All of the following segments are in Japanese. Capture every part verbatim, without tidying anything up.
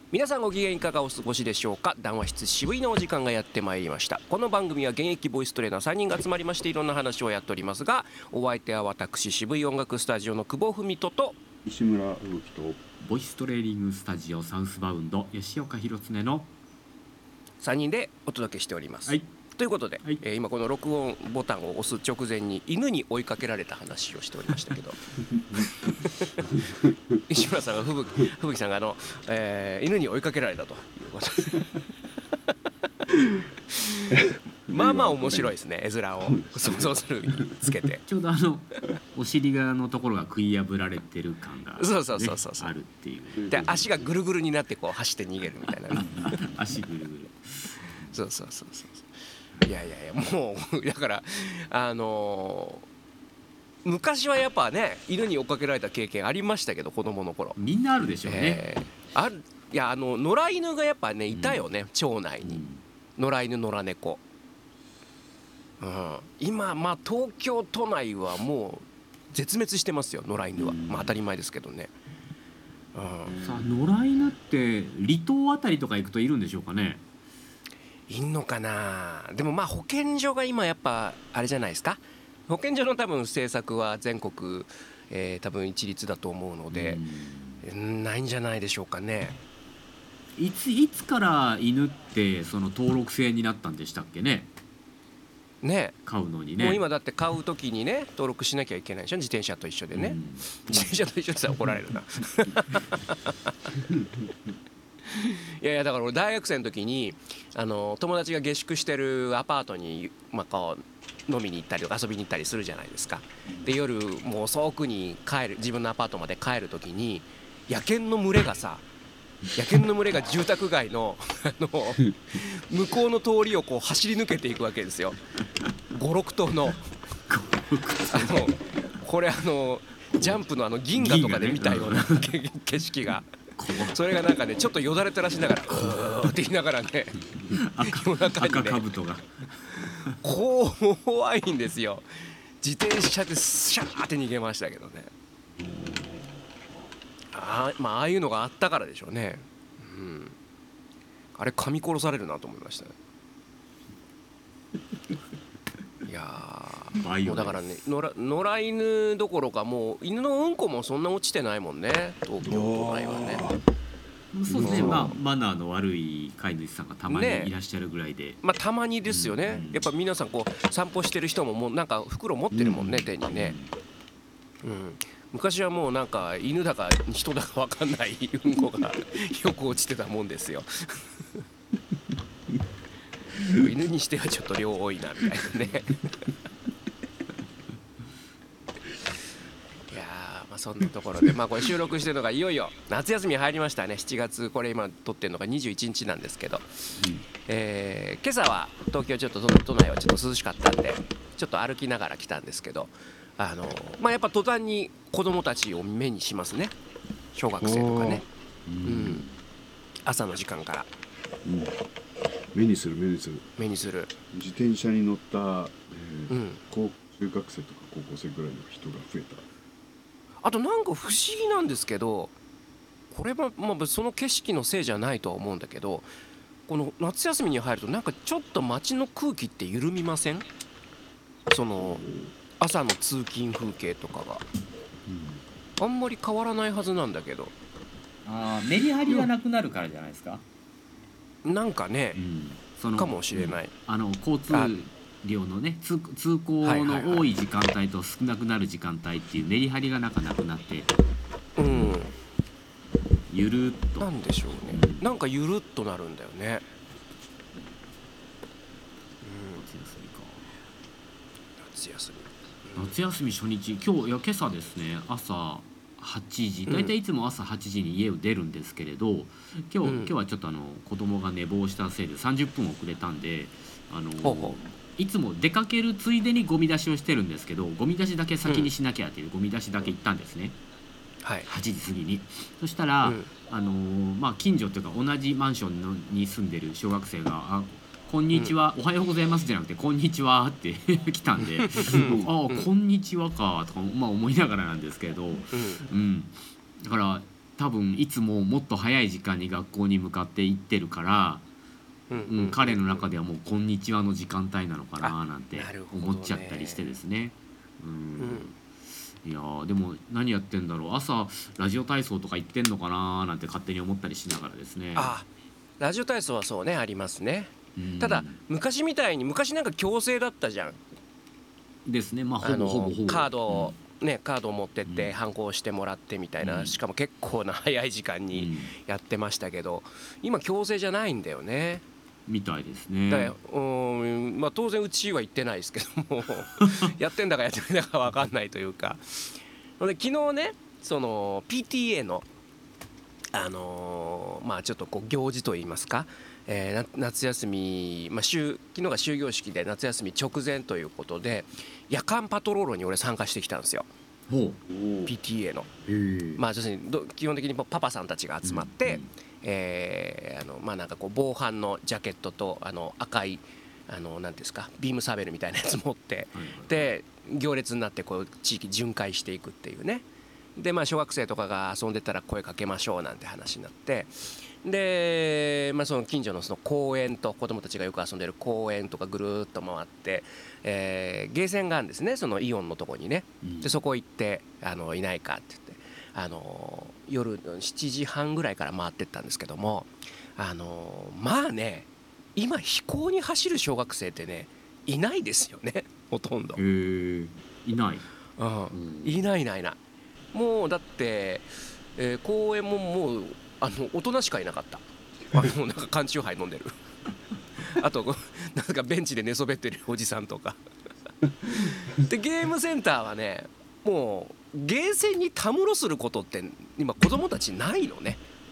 皆さんご機嫌いかがお過ごしでしょうか。談話室渋いのお時間がやってまいりました。この番組は現役ボイストレーナーさんにんが集まりましていろんな話をやっておりますが、お相手は私渋い音楽スタジオの久保文人と石村動きとボイストレーニングスタジオサウスバウンド吉岡弘恒のさんにんでお届けしております、 はい、 ということで、 はい、 えー、今この録音ボタンを押す直前に犬に追いかけられた話をしておりましたけど石村さんが吹雪、吹雪さんがあの、えー、犬に追いかけられたということでまあまあ面白いですね。絵面を想像するにつけてちょうどあのお尻側のところが食い破られてる感が、ね、 そうそうそうそうそうあるっていうで足がぐるぐるになってこう走って逃げるみたいな、ね、 足ぐるぐるそうそうそうそういやいやいやもうだからあのー、昔はやっぱね犬に追っかけられた経験ありましたけど子供の頃みんなあるでしょうね、 えー、あるいやあの野良犬がやっぱねいたよね、うん、町内に、うん、野良犬野良猫、うん、今まあ東京都内はもう絶滅してますよ野良犬は、まあ、当たり前ですけどね、 うん、さあ野良犬って離島あたりとか行くといるんでしょうかね。 いんのかな。でもまあ保健所が今やっぱあれじゃないですか。保健所の多分政策は全国、えー、多分一律だと思うので、うん、ないんじゃないでしょうかね。 いついつから犬ってその登録制になったんでしたっけね。 ね、 買うのにね。 もう今だって買うときにね登録しなきゃいけないでしょ。自転車と一緒でね、うん、自転車と一緒でさ怒られるないやいやだから俺大学生の時にあの友達が下宿してるアパートに、まあ、こう飲みに行ったりとか遊びに行ったりするじゃないですか。で夜もう遅くに帰る自分のアパートまで帰る時に野犬の群れがさ野犬の群れが住宅街のあの向こうの通りをこう走り抜けていくわけですよ。ごろく頭のあのこれあのジャンプのあの銀河とかで見たような景色がそれがなんかねちょっとよだれ垂らしながらうーって言いながらね夜中にね赤かぶとが怖いんですよ。自転車でシャーって逃げましたけどね。あ, まあ、ああいうのがあったからでしょうね、うん、あれ噛み殺されるなと思いましたね。いやもうだからね野良、野良犬どころかもう犬のうんこもそんな落ちてないもんね東京都内はね。 そうですね、まあ、マナーの悪い飼い主さんがたまにいらっしゃるぐらいで、ね、 まあ、たまにですよね、うん、やっぱ皆さんこう散歩してる人ももうなんか袋持ってるもんね、うん、手にね、うん、昔はもうなんか犬だか人だか分かんないうんこがよく落ちてたもんですよ犬にしてはちょっと量多いなみたいなねいやまあそんなところで、まあ、これ収録してるのがいよいよ夏休み入りましたね。しちがつこれ今撮ってるのがにじゅういちにちなんですけど、うんえー、今朝は東京ちょっと都内はちょっと涼しかったんでちょっと歩きながら来たんですけどあのまあ、やっぱ途端に子どもたちを目にしますね。小学生とかね、うん、朝の時間から、 うん、目にする目にする目にする自転車に乗った、えーうん、中学生とか高校生ぐらいの人が増えた。 あとなんか不思議なんですけどこれはまあその景色のせいじゃないとは思うんだけどこの夏休みに入るとなんかちょっと街の空気って緩みません？その朝の通勤風景とかが、うん、あんまり変わらないはずなんだけどあメリハリがなくなるからじゃないですか。 なんかね、うん、そのかもしれない、うん、 あの交通量のね 通, 通行の多い時間帯と少なくなる時間帯っていうメリハリがなんかなくなってうんゆるっとなんでしょうね、うん、なんかゆるっとなるんだよね。夏休み夏休み初日今日いや今朝ですね朝はちじだいたいいつも朝はちじに家を出るんですけれど今日、うん、今日はちょっとあの子供が寝坊したせいでさんじゅっぷん遅れたんであのほうほういつも出かけるついでにゴミ出しをしてるんですけどゴミ出しだけ先にしなきゃっていうゴミ出しだけ行ったんですね、はい、はちじ過ぎに。そしたら、うんあのーまあ、近所というか同じマンションのに住んでる小学生があこんにちは、うん、おはようございますじゃなくてこんにちはって来たんで、うん、ああこんにちはかとか、まあ、思いながらなんですけど、うんうん、だから多分いつももっと早い時間に学校に向かって行ってるから、 うんうん、彼の中ではもう「こんにちは」の時間帯なのかななんてなるほどね思っちゃったりしてですね。うんうんいやーでも何やってんだろう、朝ラジオ体操とか行ってんのかななんて勝手に思ったりしながらですね。 あラジオ体操はそうねありますね。 うんただ昔みたいに昔なんか強制だったじゃん。 ですね。まあほあのぼほぼほぼカードを、ね、カードを持ってって反抗してもらってみたいな、 うんしかも結構な早い時間うんにやってましたけど、今強制じゃないんだよね。 みたいですね。 だからうんまあ当然うちは行ってないですけどもやってんだかやってないんだか分かんないというか。で昨日ねその ピーティーエー のあのーまあちょっとこう行事といいますか、えーな夏休み、まあ、週昨日が終業式で夏休み直前ということで夜間パトロールに俺参加してきたんですよ。 ほう。 ピーティーエー の、 へえ。 まあ、要するにど基本的にパパさんたちが集まって、 うんえーあのまあなんかこう防犯のジャケットとあの赤いあのなんていうんですかビームサーベルみたいなやつ持ってはいはいで行列になってこう地域巡回していくっていうね。でまあ小学生とかが遊んでたら声かけましょうなんて話になって、で、まあ、その近所のその公園と子どもたちがよく遊んでる公園とかぐるーっと回って、えーゲーセンがあるんですね、そのイオンのとこにね。 うんでそこ行ってあのいないかって言ってあの夜しちじはんぐらいから回ってったんですけども、あのまあね今非行に走る小学生ってねいないですよねほとんど、 へえ。いない。 うんうんいないいないいない。もうだって、えー公園ももうあの大人しかいなかった。あのなんか缶チューハイ飲んでるあとこうなんかベンチで寝そべってるおじさんとかでゲームセンターはねもうゲーセンにたむろすることって今子供たちないのね。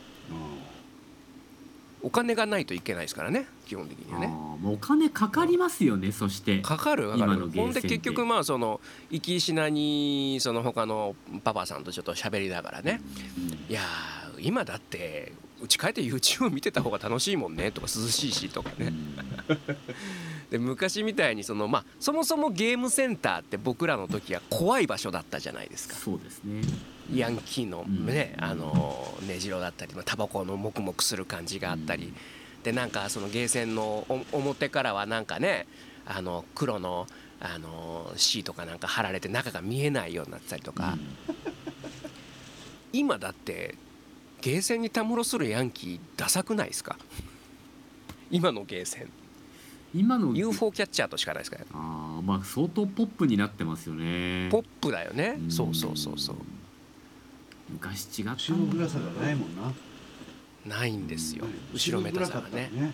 お金がないといけないですからね基本的にはね。 あーもうお金かかりますよね。そしてかかるかかる。 今のゲーセンってほんで結局まあその行きしなにその他のパパさんとちょっと喋りながらね、いやー今だってうち帰って YouTube 見てた方が楽しいもんねとか涼しいしとかね。で昔みたいにそのまあそもそもゲームセンターって僕らの時は怖い場所だったじゃないですか。 そうですね。 ヤンキーのね、あの根城だったりタバコのモクモクする感じがあったり、でなんかそのゲーセンの表からはなんかねあの黒のあのシートかなんか貼られて中が見えないようになってたりとか、今だってゲーセンにたむろするヤンキーダサくないですか今のゲーセン今のユーフォー キャッチャーとしかないですからね。 あーまあ相当ポップになってますよね。 ポップだよね。 うんそうそうそうそう。 昔違った後ろぶらさがないもんな。 ないんですよ後ろめたさがね。 ね。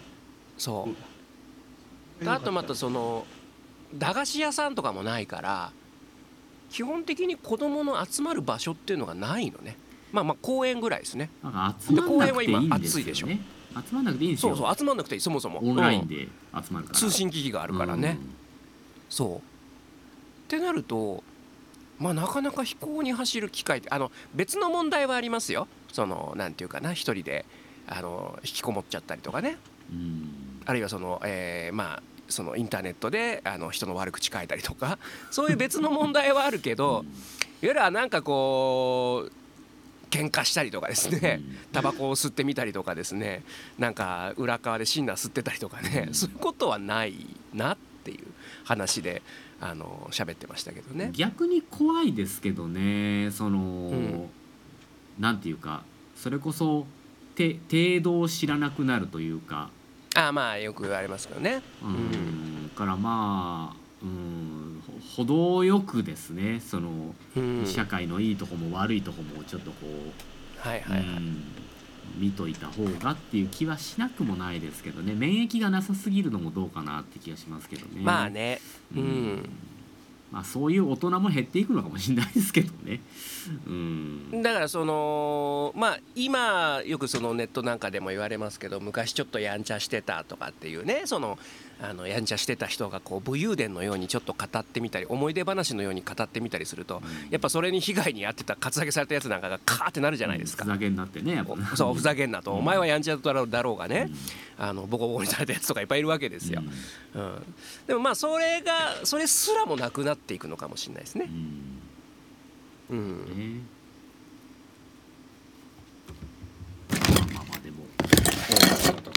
そうあとまたその駄菓子屋さんとかもないから基本的に子供の集まる場所っていうのがないのね。まあまあ公園ぐらいですね。 なんか集まんなくていいんですよで公園は今暑いでしょね。集まんなくていいんですよ。 そうそう集まんなくていいそもそもオンラインうんで集まるから。 通信機器があるからね。そうってなるとまあなかなか飛行に走る機会ってあの別の問題はありますよ。そのなんていうかな一人であの引きこもっちゃったりとかね、 うんあるいはその、えーまあそのインターネットであの人の悪口書いたりとかそういう別の問題はあるけど、いわゆるなんかこう喧嘩したりとかですね、タバコを吸ってみたりとかですね、なんか裏側でシンナー吸ってたりとかね、そういうことはないなっていう話であの喋ってましたけどね。 逆に怖いですけどね。その、 んなんていうかそれこそて程度を知らなくなるというか。 ああまあよく言われますけどね。 うんからまあうんほ程よくですねその、 うん社会のいいとこも悪いとこもちょっとこう、 はいはいはい。 うん見といた方がっていう気はしなくもないですけどね。免疫がなさすぎるのもどうかなって気がしますけどね。 まあね、ううんん。 まあそういう大人も減っていくのかもしれないですけどね。うんだからそのまあ今よくそのネットなんかでも言われますけど、昔ちょっとやんちゃしてたとかっていうね、そのあのやんちゃしてた人がこう武勇伝のようにちょっと語ってみたり思い出話のように語ってみたりすると、やっぱそれに被害に遭ってたカツアゲされたやつなんかがカーってなるじゃないですか。 ふざけんなってねやっぱね。 そうふざけんなと、 うんお前はやんちゃだろうだろうがね、あのボコボコにされたやつとかいっぱいいるわけですよ。うん、でもまあそれがそれすらもなくなっていくのかもしれないですね。 うんうん、 ね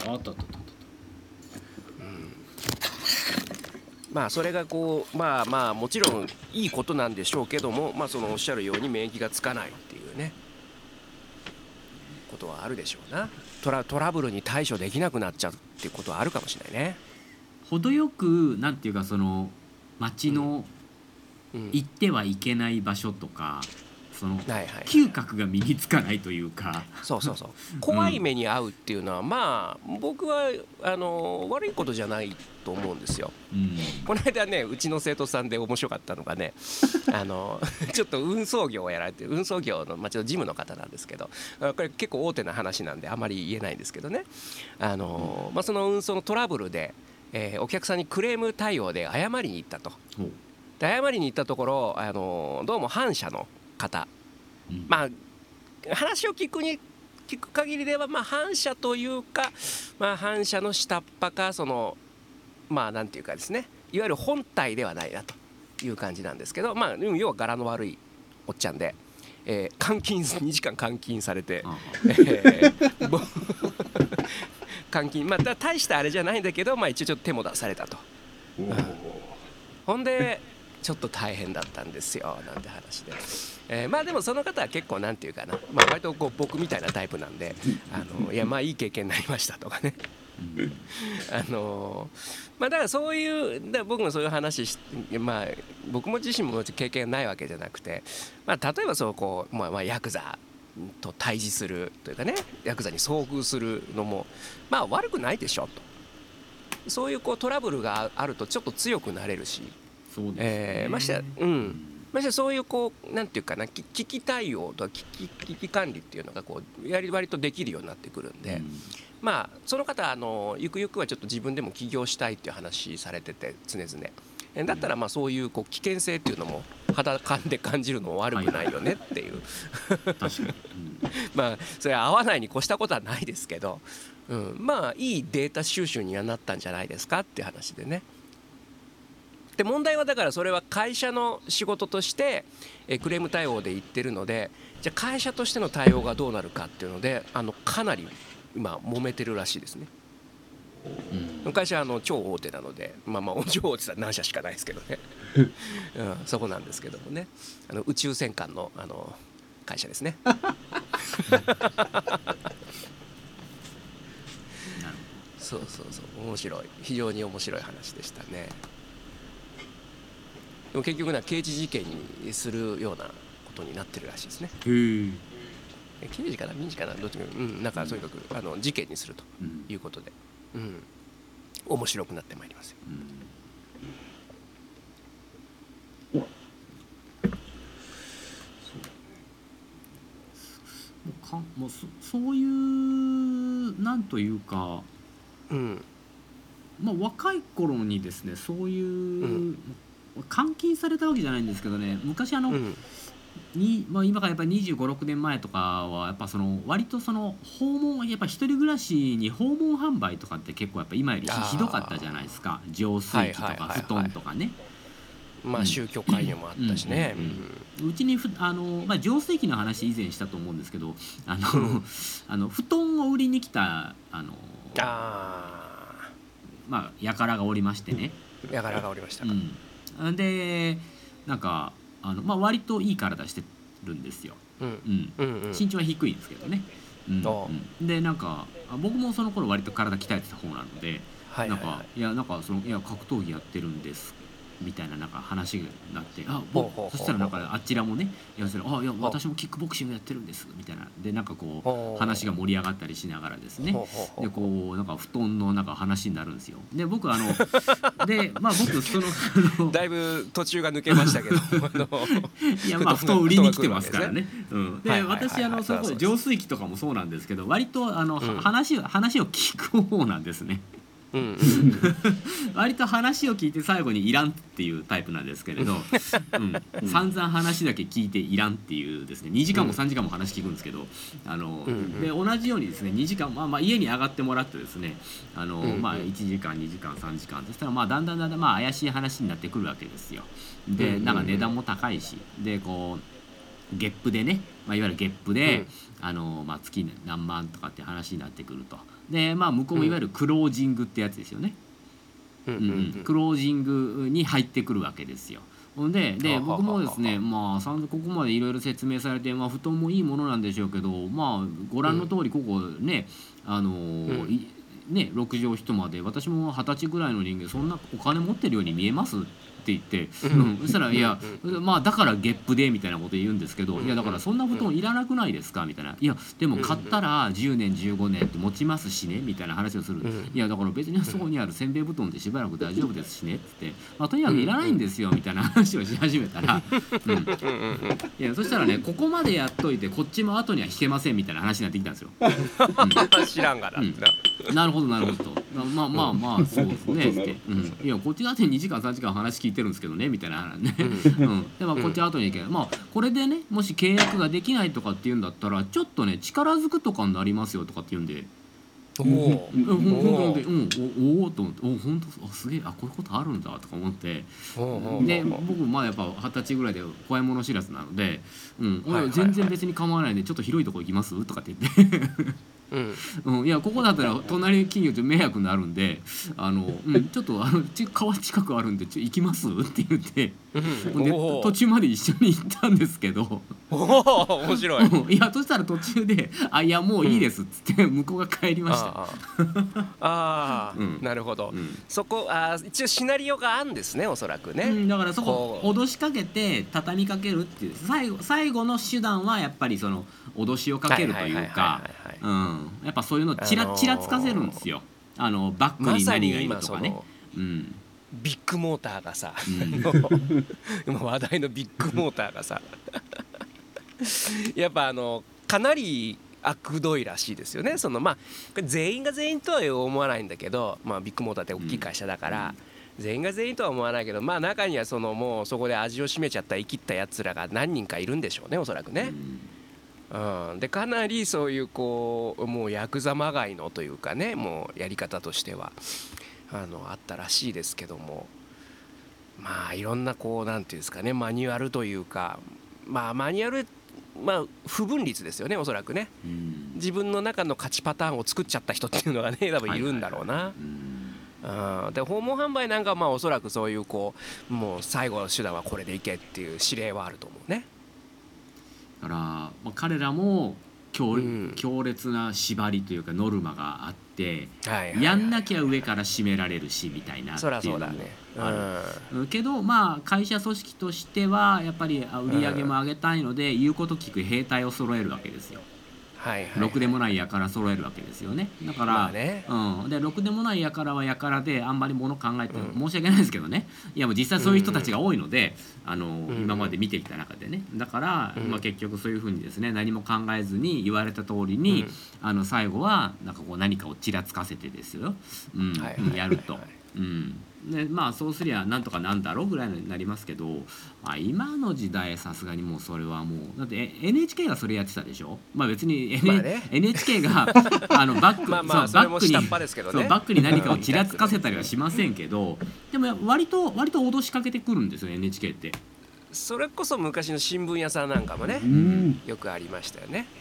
あったあったあった。 まあそれがこうまあまあもちろんいいことなんでしょうけども、まあそのおっしゃるように免疫がつかないっていうねことはあるでしょうな。トラトラブルに対処できなくなっちゃうっていうことはあるかもしれないね。 程よくなんていうかその街の行ってはいけない場所とか、その嗅覚が身につかないというか、 そうそうそう怖い目に遭うっていうのは、まあ僕はあの悪いことじゃないと思うんですよ、うん、この間ねうちの生徒さんで面白かったのがねあのちょっと運送業をやられて運送業の、まあ、ちょっと事務の方なんですけど、これ結構大手な話なんであまり言えないんですけどね、あの、まあ、その運送のトラブルで、えー、お客さんにクレーム対応で謝りに行ったと。で謝りに行ったところ、あのどうも反社の方、うん、まあ話を聞くに聞く限りでは、まあ、反社というか、まあ、反社の下っ端かそのまあなんていうかですね、いわゆる本体ではないなという感じなんですけど、まあ要は柄の悪いおっちゃんで、えー、監禁にじかん監禁されて、えー、監禁まあ大したあれじゃないんだけど、まあ一応ちょっと手も出されたと。ほんでちょっと大変だったんですよなんて話で、えー、まあでもその方は結構なんていうかな、まあ、割とこう僕みたいなタイプなんで、あのいやまあいい経験になりましたとかねあのまあだからそういうだ僕もそういう話し、まあ僕も自身も経験ないわけじゃなくて、まあ例えばそうこうまあまあヤクザと対峙するというかね、ヤクザに遭遇するのもまあ悪くないでしょと。そういうこうトラブルがあるとちょっと強くなれるし、 そうですね、 えー、ましてやうんましてやそういうこうなんていうかな危機対応とか危機危機管理っていうのがこうやり割とできるようになってくるんで、うん、まあその方あのゆくゆくはちょっと自分でも起業したいっていう話されてて常々だったらまあそういうこう危険性っていうのも肌感で感じるのも悪くないよねっていうまあそれは合わないに越したことはないですけど、うん、まあいいデータ収集にはなったんじゃないですかっていう話でね。で問題はだからそれは会社の仕事としてえクレーム対応で言ってるので、じゃあ会社としての対応がどうなるかっていうのであのかなり今揉めてるらしいですね。うん、会社はあの超大手なので、まあまあ超大手は何社しかないですけどね、うん、そこなんですけどもね、あの宇宙戦艦のあの会社ですねそうそうそう面白い非常に面白い話でしたね。でも結局な刑事事件にするようなことになってるらしいですね。へー刑事かな民事かなどっちか、うん、なんかとにかくあの事件にするということで、うん、面白くなってまいりますよ。うん、 そうかもう そ, そういうなんというか、うんまあ、若い頃にですねそういう、うん監禁されたわけじゃないんですけどね、昔あの、うんにまあ、今からやっぱりにじゅうご、ろくねんまえとかはやっぱその割とその訪問やっぱ一人暮らしに訪問販売とかって結構やっぱ今より ひ, ひどかったじゃないですか。浄水器とか布団とかね、 まあ宗教介入もあったしね。 うちにふあの、まあ、浄水器の話以前したと思うんですけど、あの、うん、あの布団を売りに来たあのあまあ輩がおりましてね。 輩がおりましたか。 うんでなんかあの、まあ、割といい体してるんですよ、うんうんうんうん、身長は低いんですけどね、うんうん、でなんか僕もその頃割と体鍛えてた方なので、はいはいはい、なんかいやなんかそのいや格闘技やってるんですみたいななんか話になってあ僕そしたらなんかあちらもねいやそれあいや私もキックボクシングやってるんですみたいなでなんかこう話が盛り上がったりしながらですねでこうなんか布団のなんか話になるんですよ。で僕あのでまあ僕そのあのだいぶ途中が抜けましたけどいやまあ布団売りに来てますからね。うんで私あのそこ浄水器とかもそうなんですけど割とあの、うん、話話を聞く方なんですね。うんうんうん、割と話を聞いて最後にいらんっていうタイプなんですけれど、うん、散々話だけ聞いていらんっていうですねにじかんもさんじかんも話聞くんですけどあの、うんうん、で同じようにですねにじかん、まあ、まあ家に上がってもらってですねあの、うんうんまあ、いちじかんにじかんさんじかんそしたらまあだんだんだんだんまあ怪しい話になってくるわけですよ。でなんか値段も高いしでこうゲップでね、まあ、いわゆるゲップで、うんあのまあ、月何万とかって話になってくると。 でまあ向こうもいわゆるクロージングってやつですよね、 うんううんん、クロージングに入ってくるわけですよ。ほんでで僕もですねまあさんここまでいろいろ説明されて、まあ、布団もいいものなんでしょうけど、まあご覧の通りここね、あのーいねろく畳一間で、私もはたちぐらいの人間そんなお金持ってるように見えますって言って、うん、そしたら「いやまあだからゲップで」みたいなこと言うんですけど「いやだからそんな布団いらなくないですか」みたいな「いやでも買ったらじゅうねんじゅうごねんって持ちますしね」みたいな話をする「いやだから別にそこにあるせんべい布団でしばらく大丈夫ですしね」っつって「まあ、とにかくいらないんですよ」みたいな話をし始めたら、うん、いやそしたらねここまでやっといてこっちも後には引けませんみたいな話になってきたんですよ。 うん、知らんがなってな、 うん、なるほどなるほどと。まあまあまあそうですねって、うん、いやこっちだってにじかんさんじかん話聞いてるんですけどねみたいなね、うん、でまあこっち後に行けない、まあこれでねもし契約ができないとかっていうんだったらちょっとね力ずくとかになりますよとかって言うんで。 おお、 うん、ほんほんで、うん、おおと思って、お本当、あすげえ、あこういうことあるんだとか思って、で僕まあやっぱ二十歳ぐらいで怖いもの知らずなので、うん、俺全然別に構わないんでちょっと広いとこ行きますとかって言って。うんうん、いやここだったら隣の企業ちょっと迷惑になるんであの、うん、ちょっとあのち川近くあるんでちょ行きますって言って、うん、で途中まで一緒に行ったんですけどおお面白い、 うん、いやそしたら途中で「あいやもういいです」っつって向こうが帰りました。 ああ、うん、なるほど、うん、そこあ一応シナリオがあるんですねおそらくね、うん、だからそこ脅しかけて畳みかけるっていう最後最後の手段はやっぱりその脅しをかけるというかやっぱそういうのをちらちらつかせるんですよ。あのバックに何がいるとかね、まうん、 ビッグモーターがさ、うん、今話題のビッグモーターがさやっぱあのかなり悪どいらしいですよね。そのまあ全員が全員とは思わないんだけど、まあ、ビッグモーターって大きい会社だから、うん、全員が全員とは思わないけど、まあ中にはそのもうそこで味を占めちゃった生きったやつらが何人かいるんでしょうねおそらくね。うんうん、でかなりそういうこうもうヤクザまがいのというかねもうやり方としてはあのあったらしいですけども、まあいろんなこうなんていうんですかねマニュアルというかまあマニュアルまあ不分率ですよねおそらくね、うん、自分の中の勝ちパターンを作っちゃった人っていうのがね多分いるんだろうな。うん、で訪問販売なんかはまあおそらくそういうこうもう最後の手段はこれでいけっていう指令はあると思うね。 だから、まあ、彼らも 強,、うん、強烈な縛りというかノルマがあって、はいはいはい、やんなきゃ上から締められるしみたいなっていうのもある、うん、けどまあ会社組織としてはやっぱり売り上げも上げたいので、うん、言うこと聞く兵隊を揃えるわけですよ。はいはいはい、ろくでもないやから揃えるわけですよね。だから、まあねうん、でろくでもないやからはやからであんまりもの考えて、うん、申し訳ないですけどねいやもう実際そういう人たちが多いので、うん、あのうん、今まで見てきた中でねだから、うんまあ、結局そういうふうにですね何も考えずに言われた通りに、うん、あの最後はなんかこう何かをちらつかせてですよ、うんはいはいはいはい、やると。うんでまあそうすりゃなんとかなんだろうぐらいになりますけど、まあ、今の時代さすがにもうそれはもうだって エヌエイチケー がそれやってたでしょ。まあ別に エヌエイチケー があのバックバックに何かをちらつかせたりはしませんけどでも割と割と脅しかけてくるんですよ エヌエイチケー って。 それこそ昔の新聞屋さんなんかもね、うん、よくありましたよね。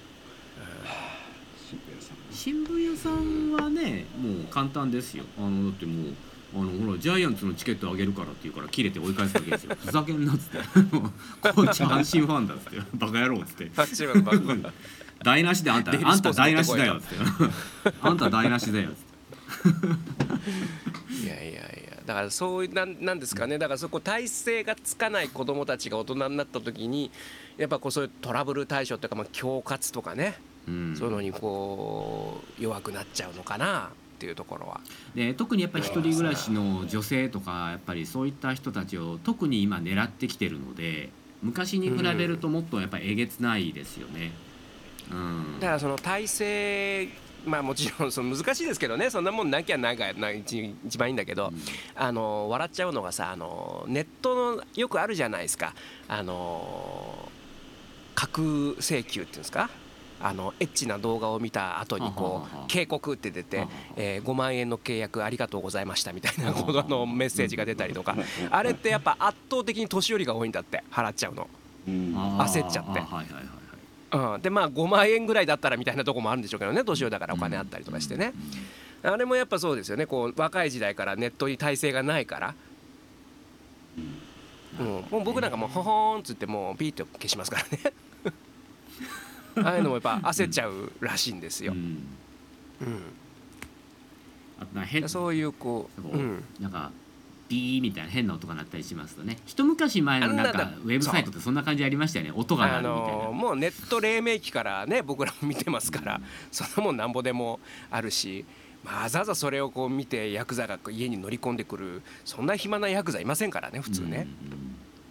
新聞屋さんはねもう簡単ですよ。あのだってもうあのほらジャイアンツのチケットあげるからって言うから切れて追い返すわけですよ。ふざけんなっつってこっち阪神ファンだっつってバカ野郎っつって台無しであんたあんた台無しだよっつってあんた台無しだよっつっていやいやいやだからそういうなんなんですかね。だからそこ体制がつかない子どもたちが大人になった時にやっぱこうそういうトラブル対処というかまあ恐喝とかね、うん、そういうのにこう弱くなっちゃうのかなっていうところはで特にやっぱり一人暮らしの女性とかやっぱりそういった人たちを特に今狙ってきてるので昔に比べるともっとやっぱりえげつないですよね、うん、 だからその体制まあもちろんその難しいですけどねそんなもんなきゃなんか一番いいんだけど、うん、あの笑っちゃうのがさあのネットのよくあるじゃないですかあの架空請求っていうんですかあのエッチな動画を見た後にこう警告って出てえごまんえんの契約ありがとうございましたみたいなことのメッセージが出たりとかあれってやっぱ圧倒的に年寄りが多いんだって払っちゃうの焦っちゃってうん、でまあごまんえんぐらいだったらみたいなとこもあるんでしょうけどね、年寄りだからお金あったりとかしてね、あれもやっぱそうですよね、こう若い時代からネットに耐性がないから、うん、もう僕なんかもうほほーんっつってもうピーッと消しますからねああいうのもやっぱ焦っちゃうらしいんですよ、 うんうんあとな変そういうこう、うん、 なんかビーみたいな変な音が鳴ったりしますとね、一昔前のなんかあんなだウェブサイトってそんな感じありましたよね、音が鳴あるみたいな、 のーもうネット黎明期からね僕らも見てますから、そんなもんなんぼでもあるし、まあわざわざそれをこう見てヤクザが家に乗り込んでくるそんな暇なヤクザいませんからね普通ね、 うんうん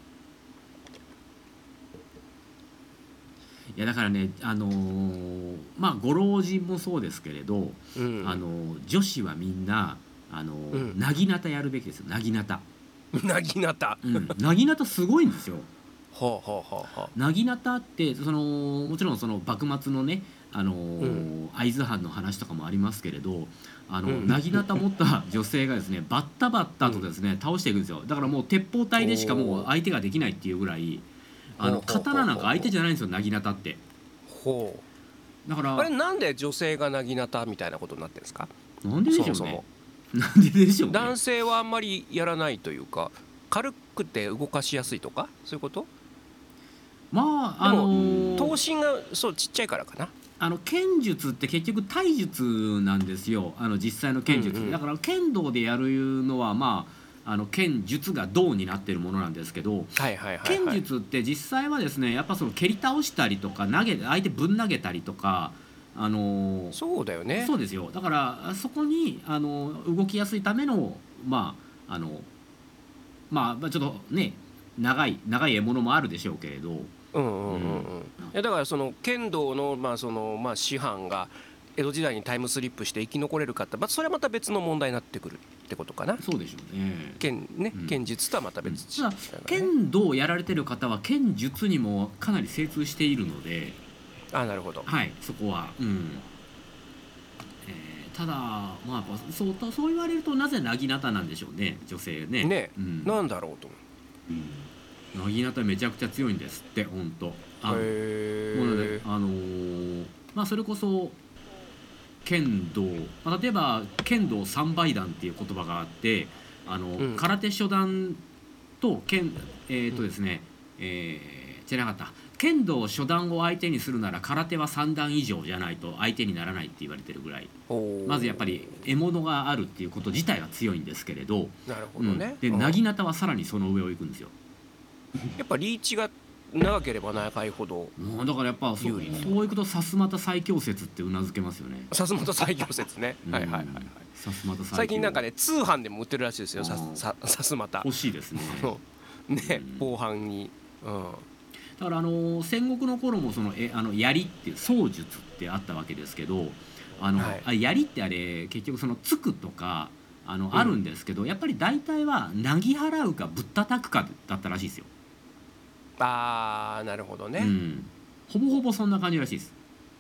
いやだからね、あのーまあご老人もそうですけれど、 うんあのー女子はみんなあのーうんなぎなたやるべきですよ、なぎなた、 なぎなた、 うん、なぎなたすごいんですよ。 ほうほうほうほなぎなたってそのもちろんその幕末のね、あのーうん会津藩の話とかもありますけれど、あのうんなぎなた持った女性がですねバッタバッタとですね倒していくんですよ。だからもう鉄砲隊でしかもう相手ができないっていうぐらい、あのほうほうほうほう刀なんか相手じゃないんですよ、なぎなたって。 うほだからうあれなんで女性がなぎなたみたいなことになってるんですか。 なんででしょうね。 そもなんででしょうね。 男性はあんまりやらないというか軽くて動かしやすいとかそういうこと。 まああのー頭身がそうちっちゃいからかな。 あの剣術って結局体術なんですよ、あの実際の剣術、 うんうんだから剣道でやるのはまああの剣術が道になってるものなんですけど、 はいはいはい、はい、 剣術って実際はですねやっぱその蹴り倒したりとか投げ相手ぶん投げたりとか、あのーそうだよね。 そうですよ、だからそこにあの動きやすいためのまああのまあまあちょっとね長い長い獲物もあるでしょうけれど、 うんうんうんうん、 うんいやだからその剣道のまあそのまあ師範が江戸時代にタイムスリップして生き残れるかって、まあ、それはまた別の問題になってくるってことかな。 そうでしょうね。 剣ね、 うん剣術とはまた別ただ剣道をやられてる方は剣術にもかなり精通しているので、 あなるほど。 はいそこは、うんえーただまあやっぱそうそう言われるとなぜなぎなたなんでしょうね、女性ね。 ね、 うん、 なんだろうと思う。 なぎなためちゃくちゃ強いんですって本当。あのへもうねえ。 あのーまあそれこそ剣道、まあ、例えば剣道三倍段っていう言葉があって、あの、 うん空手初段と剣えっ、とですね、えー、じゃなかった剣道初段を相手にするなら空手は三段以上じゃないと相手にならないって言われてるぐらい、まずやっぱり獲物があるっていうこと自体が強いんですけれど、 なるほどね。 うん、でうんなぎなたはさらにその上を行くんですよ。 やっぱリーチが長ければ長いほどもうだからやっぱそう有利なそういくとさすまた最強説ってうなずけますよね。 さすまた最強説ね。はいはいはいはい。 さすまた最強最近なんかね通販でも売ってるらしいですよ。さあーささすまた。 欲しいですね。 ねうん防犯に。うん。 だからあの戦国の頃もそのえあの槍って槍術ってあったわけですけど、あの、 はいあ槍ってあれ結局その突くとかあの、 んあるんですけど、やっぱり大体はなぎ払うかぶったたくかだったらしいですよ。 ああなるほどね。 うん、ほぼほぼそんな感じらしいです。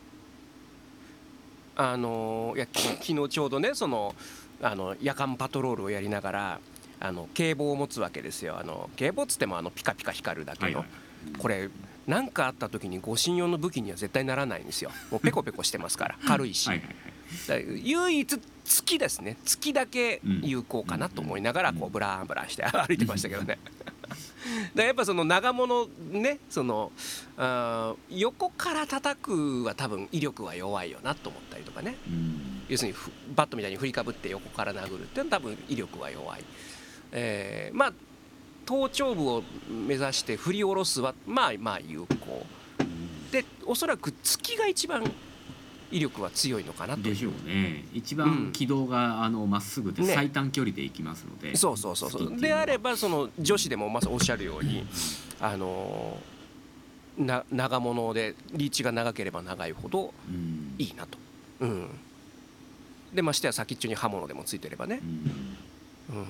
あのーいやき昨日ちょうどねそのあの夜間パトロールをやりながらあの警棒を持つわけですよ。あの警棒っつってもあのピカピカ光るだけの、 はいはいこれ何かあった時に護身用の武器には絶対ならないんですよ。もうペコペコしてますから軽いし、 はいはいはいだから唯一月ですね、月だけ有効かなと思いながらこうブランブランして歩いてましたけどねでやっぱその長物ね、そのあー横から叩くは多分威力は弱いよなと思ったりとかね、 うん要するにふバットみたいに振りかぶって横から殴るっていうのは多分威力は弱い、えーまあ頭頂部を目指して振り下ろすはまあまあ有効で、おそらく月が一番威力は強いのかなと。 でしょうね。一うん番軌道があのまっすぐでね最短距離で行きますので、 そうそうそうそ月っていうのはうであればその女子でもまずおっしゃるようにあのーな長物でリーチが長ければ長いほどうんいいなと、うん、でましてや先っちょに刃物でもついてればねう、んうん、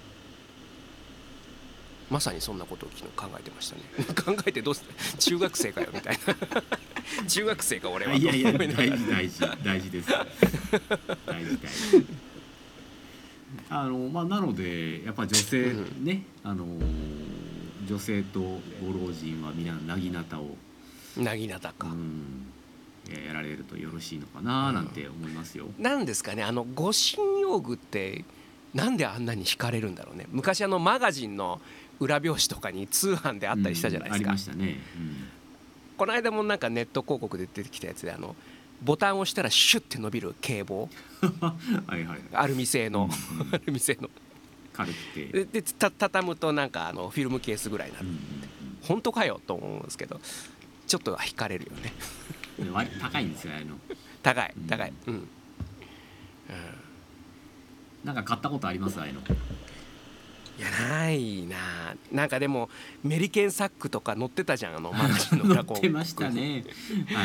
まさにそんなことを昨日考えてましたね考えてどうする中学生かよみたいな中学生か俺はといやいや思いながら大事大事大事です大事大事あのまあなのでやっぱ女性ね、あの女性とご老人は皆なぎなたをなぎなたか、 うんやられるとよろしいのかななんて思いますよ。 なんですかね、あの護身用具ってなんであんなに惹かれるんだろうね。昔あのマガジンの裏表紙とかに通販であったりしたじゃないですか、 うん、ありましたね、うん、 この間もなんかネット広告で出てきたやつで、あのボタンを押したらシュッて伸びる警棒はいはい、 アルミ製の、 うんうん、 アルミ製の軽くてででた畳むとなんかあのフィルムケースぐらいになる、うんうんうん、本当かよと思うんですけど、ちょっと惹かれるよね割高いんですよ、あの高い高い、うん、うん、 なんか買ったことあります？ああいうの。 いやないな。なんかでもメリケンサックとか載ってたじゃん、あのマガジンの裏載ってましたね、はい、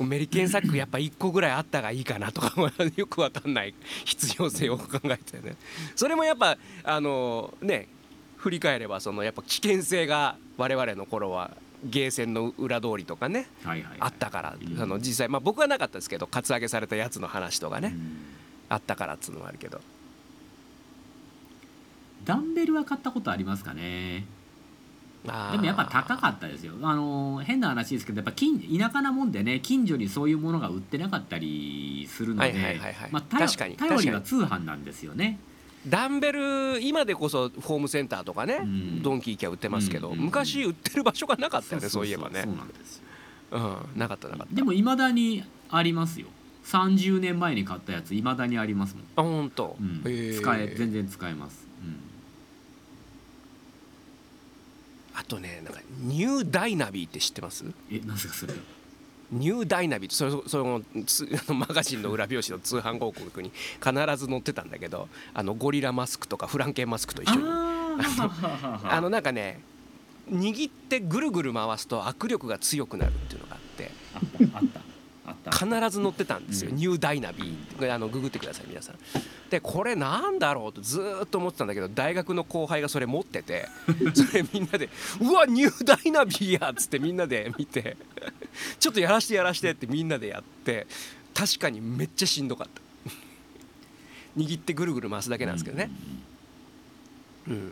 メリケンサックやっぱいっこぐらいあったがいいかなとかよくわかんない必要性を考えてね。それもやっぱあのね、振り返ればそのやっぱ危険性が我々の頃はゲーセンの裏通りとかね、はいはいはい、あったから、うん、あの実際まあ僕はなかったですけど、カツアゲされたやつの話とかね、うん、あったからっつうのもあるけど。 ダンベルは買ったことありますかね。でもやっぱ高かったですよ。あの変な話ですけど、やっぱ近田舎なもんでね、近所にそういうものが売ってなかったりするので、確かに頼りは通販なんですよね。ダンベル今でこそホームセンターとかね、うん、ドンキ行きゃ売ってますけど、うんうんうん、昔売ってる場所がなかったよね。そういえばね。そうなんですよ、うん、なかったなかった。 でも未だにありますよ。さんじゅうねんまえに買ったやつ未だにありますもん。 あ、本当、 うん、使え全然使えます、うん、 あとね、なんかニューダイナビーって知ってます？ え、なんですかそれ。 ニューダイナビーってそれそのマガジンの裏表紙の通販広告に必ず載ってたんだけど、あのゴリラマスクとかフランケンマスクと一緒にあのなんかね、握ってぐるぐる回すと握力が強くなるっていうのがあって、 あったあったあった必ず載ってたんですよ、うん、ニューダイナビー。あのググってください皆さん。でこれなんだろうとずっと思ってたんだけど、大学の後輩がそれ持っててそれみんなでうわニューダイナビーやっつってみんなで見てちょっとやらしてやらしてってみんなでやって、確かにめっちゃしんどかった握ってぐるぐる回すだけなんですけどね、うん、うん、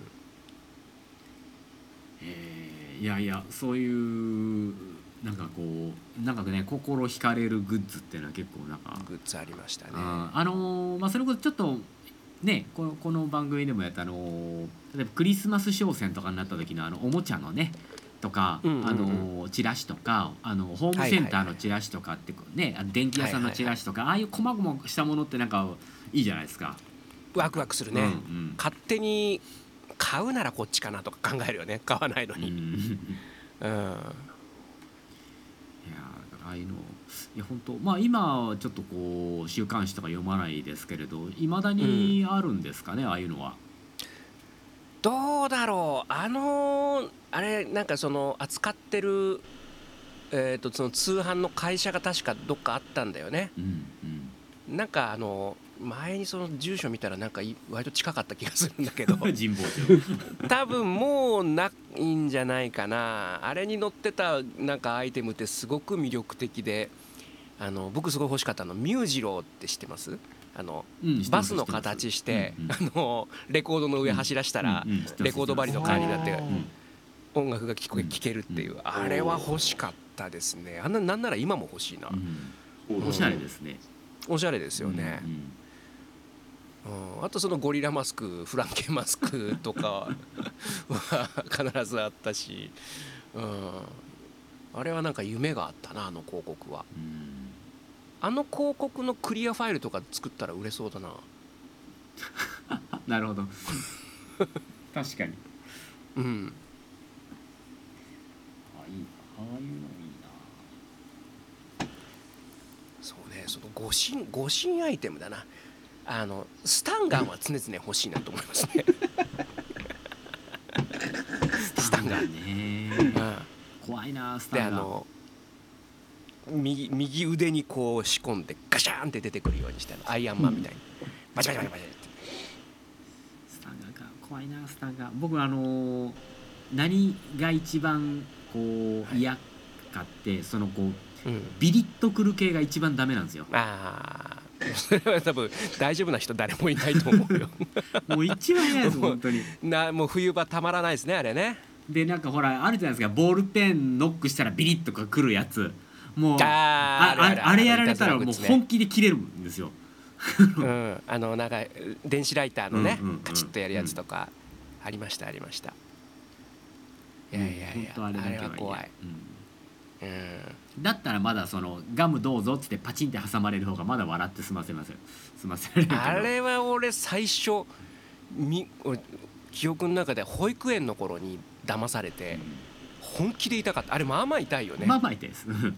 えー、いやいやそういうなんかこうなんかね心惹かれるグッズっていうのは結構なんかグッズありましたね。 あ、あのー、まあそれこそちょっとねこのこの番組でもやったあのー、例えばクリスマス商戦とかになった時のあのおもちゃのねとか、うんうんうん、あのチラシとかあのホームセンターのチラシとかってね、はいはいはい、電気屋さんのチラシとか、はいはいはい、ああいう細々したものってなんかいいじゃないですか。 ワクワクするね、うんうん、勝手に買うならこっちかなとか考えるよね、買わないのに、うん、うん、いやああいうのいや本当まあ今はちょっとこう週刊誌とか読まないですけれどいまだにあるんですかね、うん、ああいうのは。 どうだろう、あのー、あれなんかその扱ってる、えー、とその通販の会社が確かどっかあったんだよね、うんうん、なんかあの前にその住所見たらなんか割と近かった気がするんだけど神保町多分もうないんじゃないかな。あれに載ってたなんかアイテムってすごく魅力的で、あの僕すごい欲しかったのミュージローって知ってます？あの、うん、バスの形して、うんうん、あのレコードの上走らしたら、うんうん、レコード針の代わりになって音楽が聴け、聴けるっていう、あれは欲しかったですね。あんな、なんなら今も欲しいな、 うん、おしゃれですね。 おしゃれですよね、うんうんうん、あとそのゴリラマスクフランケンマスクとかは必ずあったし、うん、あれはなんか夢があったな、あの広告は、うん、あの広告のクリアファイルとか作ったら売れそうだななるほど確かに、 うん、 あ、いい、ああいうのいいな。 そうね、その護身護身アイテムだな。あのスタンガンは常々欲しいなと思いますねスタンガンね、うん、怖いなスタンガン。であの右, 右腕にこう仕込んでガシャーンって出てくるようにしてアイアンマンみたいに、うん、バチバチバチバチって。 スタンガンか怖いなスタンガン。僕あの何が一番こう嫌かって、はい、そのこう、うん、ビリッとくる系が一番ダメなんですよ。 ああそれは多分大丈夫な人誰もいないと思うよもう一番嫌です本当にな。もう冬場たまらないですねあれね。 でなんかほらあるじゃないですか、ボールペンノックしたらビリッとかくるやつ、もうあーああるあるああれやられたらもういたずらグッズね本気で切れるんですよ。 うん、あのなんか電子ライターのね、 うんうんうんカチッとやるやつとかありましたありました。いやいやいや、 本当あれだけは嫌あれは怖い。 うんうん、 だったらまだそのガムどうぞっつってパチンって挟まれる方がまだ笑って済ませません済ませられるけど、 あれは俺最初み俺記憶の中で保育園の頃に騙されて本気で痛かった。あれまあまあ痛いよね。 まあまあ痛いです、うんうん、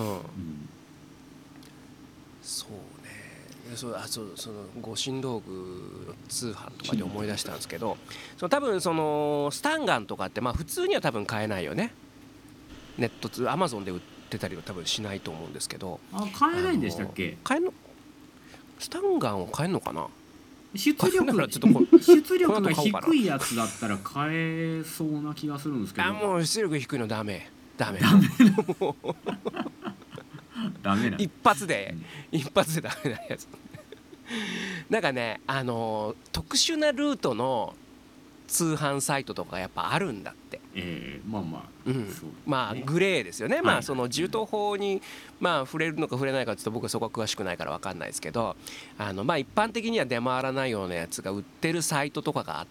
そうね。そうあそうその護身道具通販とかで思い出したんですけど、その多分そのスタンガンとかってまあ普通には多分買えないよね。ネット通アマゾンで売ってたりは多分しないと思うんですけど。 あ買えないんでしたっけ？ 買えんのスタンガンを買えんのかな。 出買えんなら力ちょっとこ出力がこの後買おうかな低いやつだったら買えそうな気がするんですけど、 あもう出力低いのダメダメもうダメな一発で一発でダメなやつなんかねあのー特殊なルートの通販サイトとかやっぱあるんだって。 えー、まあまあ、 うんそうですね、 まあグレーですよね、 いまあその銃刀法にまあ触れるのか触れないかちょっと僕はそこは詳しくないから分かんないですけど、あのまあ一般的には出回らないようなやつが売ってるサイトとかがあって、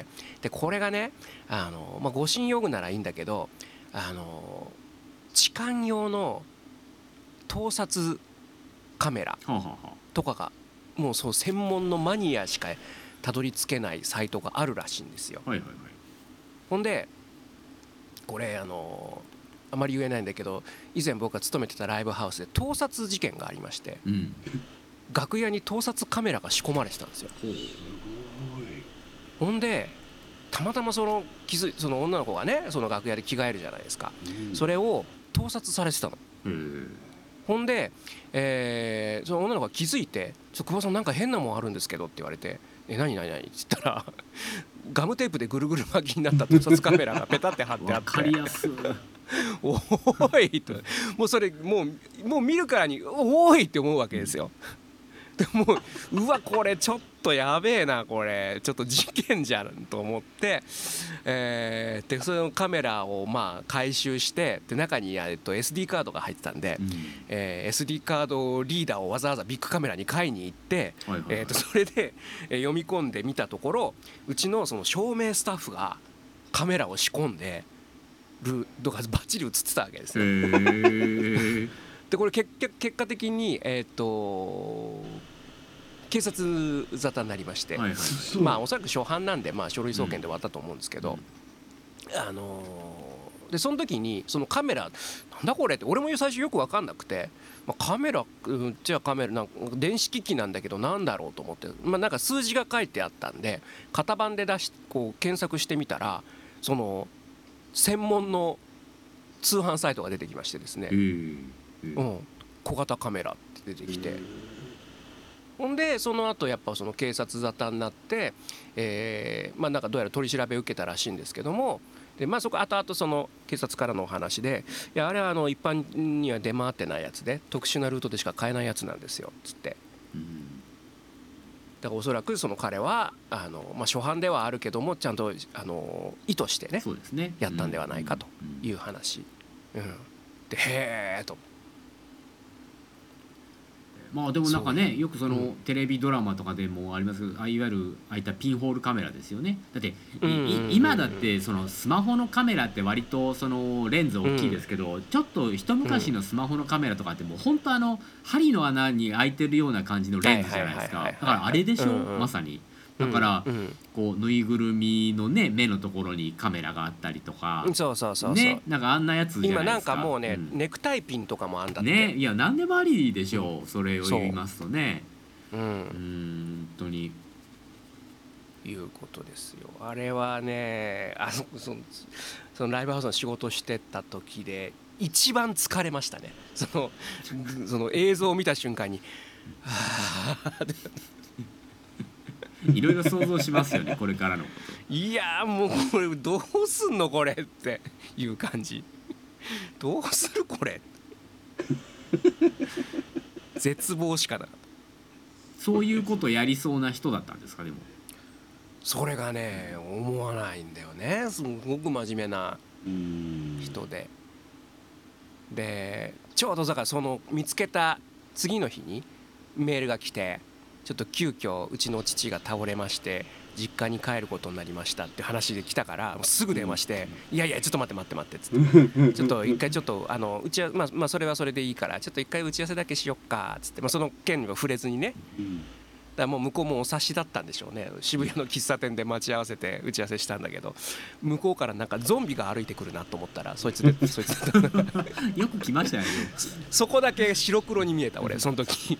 でこれがねあの、まあ、護身用具ならいいんだけど、あの痴漢用の盗撮カメラはあはあはあ、 とかがもうそう専門のマニアしかたどり着けないサイトがあるらしいんですよ。 はいはいはい、 ほんでこれあのあまり言えないんだけど、以前僕が勤めてたライブハウスで盗撮事件がありまして、 うん、 楽屋に盗撮カメラが仕込まれてたんですよ。ほんでたまたまその気づその女の子がねその楽屋で着替えるじゃないですか、うん、それを盗撮されてたの。ほんで、えー、その女の子が気づいて「ちょ久保さんなんか変なもんあるんですけど」って言われて「え何何何?」って言ったらガムテープでぐるぐる巻きになった盗撮カメラがペタって貼ってあって分かりやすいおーいともうそれもうもう見るからにおーいって思うわけですよ。でもううわこれちょっとやべえなこれちょっと事件じゃんと思って、えー、でそのカメラをまあ回収してで中に、えっと、エスディー カードが入ってたんで、うんえー、エスディー カードリーダーをわざわざビッグカメラに買いに行って、はいはいはいえー、とそれで読み込んでみたところうちのその照明スタッフがカメラを仕込んでるのがバッチリ映ってたわけですね。へーでこれ結結果的に、えー、と警察沙汰になりまして、はいはい、まあおそらく初犯なんで、まあ、書類送検で終わったと思うんですけど、うん、あのー、でその時にそのカメラなんだこれって俺も最初よく分かんなくて、まあ、カメラうんじゃあカメラなんか電子機器なんだけどなんだろうと思って、まあ、なんか数字が書いてあったんで型番で出しこう検索してみたらその専門の通販サイトが出てきましてですね、うんうん、小型カメラって出てきて、ほんでその後やっぱその警察沙汰になって、えー、まあなんかどうやら取り調べを受けたらしいんですけども、でまあそこ後々その警察からのお話で、いやあれはあの一般には出回ってないやつで特殊なルートでしか買えないやつなんですよつって、だからおそらくその彼はあの、まあ、初犯ではあるけどもちゃんとあの意図してねやったんではないかという話、うん、でへえと。 まあでもなんかねよくそのテレビドラマとかでもありますけど、あいわゆるああいったピンホールカメラですよね。だって今だってそのスマホのカメラって割とそのレンズ大きいですけど、ちょっと一昔のスマホのカメラとかってもう本当あの針の穴に開いてるような感じのレンズじゃないですか。だからあれでしょまさに。だからこうぬいぐるみのね目のところにカメラがあったりとか、 そうそうそうそう、 ね、なんかあんなやつじゃないですか。 今なんかもうね、うん、ネクタイピンとかもあんだってね。いや何でもありでしょう、それを言いますとね。 うん、うん本当にいうことですよ。あれはねあのそのそのライブハウスの仕事してた時で一番疲れましたね。そのその映像を見た瞬間にはあいろいろ想像しますよねこれからのこと。 いやもうこれどうすんのこれっていう感じ。どうするこれ絶望しかなかった。 そういうことやりそうな人だったんですかでも。 それがね思わないんだよね。すごく真面目な人で、でちょうどだからその見つけた次の日にメールが来て、ちょっと急遽うちの父が倒れまして実家に帰ることになりましたって話で来たから、もうすぐ電話して「いやいやちょっと待って待って待って」っつって「ちょっと一回ちょっとあの打ち合わまあまあそれはそれでいいからちょっと一回打ち合わせだけしよっか」っつって、まあその件には触れずにね、だからもう向こうもお察しだったんでしょうね。渋谷の喫茶店で待ち合わせて打ち合わせしたんだけど、向こうからなんかゾンビが歩いてくるなと思ったらそいつでそいつよく来ましたよね。 そこだけ白黒に見えた俺その時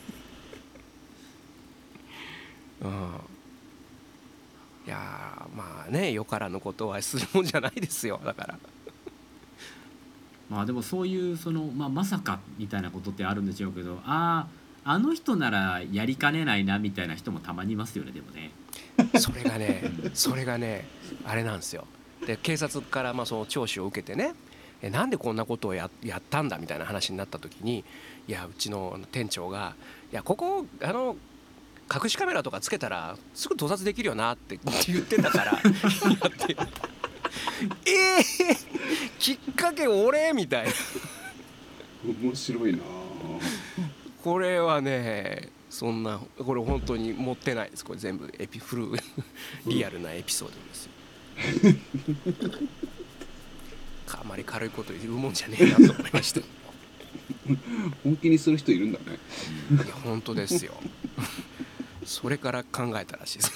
うん、いやまあねよからぬことはするもんじゃないですよ。だからまあでもそういうその、まあ、まさかみたいなことってあるんでしょうけど、あああの人ならやりかねないなみたいな人もたまにいますよね。でもねそれがねそれがねあれなんですよ。で警察からまあその聴取を受けてね、えなんでこんなことを や, やったんだみたいな話になった時に、いやうちの店長が「いやここあの隠しカメラとかつけたらすぐ盗撮できるよな」って言ってたからやってえー、きっかけ俺みたいな面白いな。 これはねそんなこれ本当に持ってないです。これ全部エピフルリアルなエピソードですよあまり軽いこと言うもんじゃねえなと思いました本気にする人いるんだね。 いや本当ですよそれから考えたらしいですす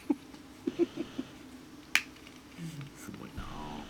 ごいな。